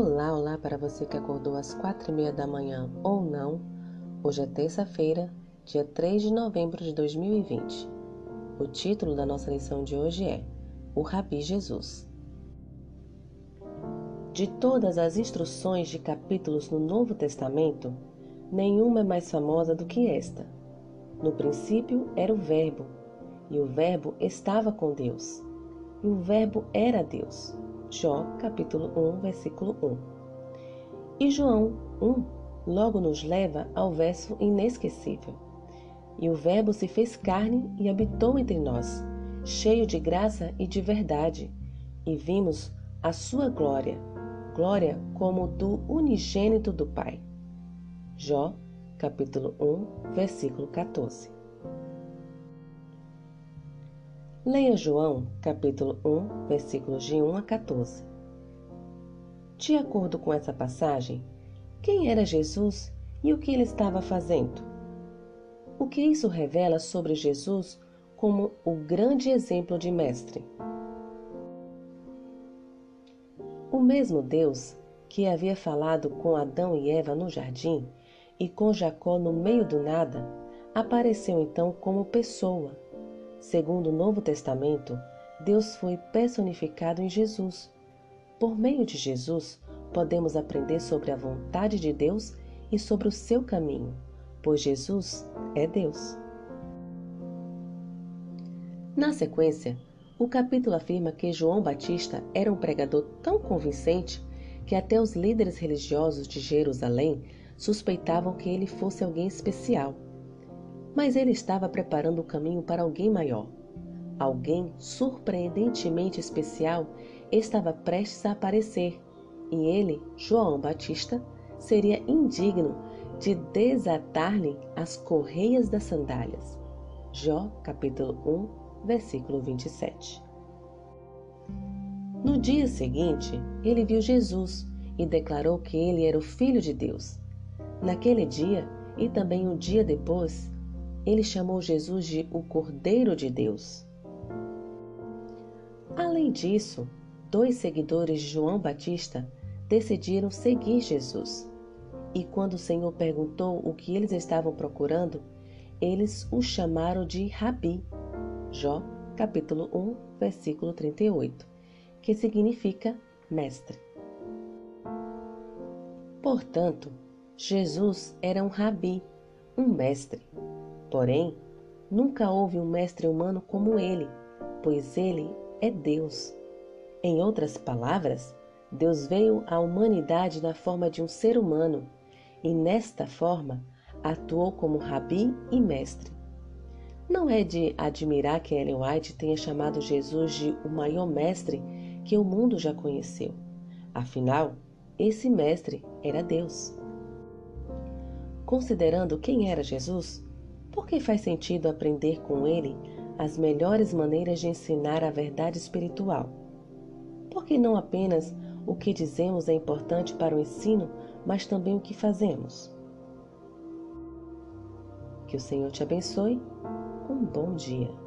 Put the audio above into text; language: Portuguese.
Olá, olá para você que acordou às 4h30 da manhã ou não. Hoje é terça-feira, dia 3 de novembro de 2020. O título da nossa lição de hoje é O Rabi Jesus. De todas as instruções de capítulos no Novo Testamento, nenhuma é mais famosa do que esta. No princípio era o Verbo, e o Verbo estava com Deus, e o Verbo era Deus. Jó, capítulo 1, versículo 1. E João 1 logo nos leva ao verso inesquecível. E o Verbo se fez carne e habitou entre nós, cheio de graça e de verdade, e vimos a sua glória, glória como do unigênito do Pai. Jó, capítulo 1, versículo 14. Leia João, capítulo 1, versículos de 1 a 14. De acordo com essa passagem, quem era Jesus e o que ele estava fazendo? O que isso revela sobre Jesus como o grande exemplo de mestre? O mesmo Deus que havia falado com Adão e Eva no jardim e com Jacó no meio do nada, apareceu então como pessoa. Segundo o Novo Testamento, Deus foi personificado em Jesus. Por meio de Jesus, podemos aprender sobre a vontade de Deus e sobre o seu caminho, pois Jesus é Deus. Na sequência, o capítulo afirma que João Batista era um pregador tão convincente que até os líderes religiosos de Jerusalém suspeitavam que ele fosse alguém especial. Mas ele estava preparando o caminho para alguém maior. Alguém surpreendentemente especial estava prestes a aparecer, e ele, João Batista, seria indigno de desatar-lhe as correias das sandálias. Jó, capítulo 1, versículo 27. No dia seguinte, ele viu Jesus e declarou que ele era o Filho de Deus. Naquele dia, e também um dia depois, ele chamou Jesus de o Cordeiro de Deus. Além disso, 2 seguidores de João Batista decidiram seguir Jesus. E quando o Senhor perguntou o que eles estavam procurando, eles o chamaram de Rabi. Jó, capítulo 1, versículo 38, que significa mestre. Portanto, Jesus era um Rabi, um mestre. Porém, nunca houve um mestre humano como ele, pois ele é Deus. Em outras palavras, Deus veio à humanidade na forma de um ser humano e, nesta forma, atuou como Rabi e mestre. Não é de admirar que Ellen White tenha chamado Jesus de o maior mestre que o mundo já conheceu. Afinal, esse mestre era Deus. Considerando quem era Jesus, por que faz sentido aprender com ele as melhores maneiras de ensinar a verdade espiritual? Porque não apenas o que dizemos é importante para o ensino, mas também o que fazemos. Que o Senhor te abençoe. Um bom dia.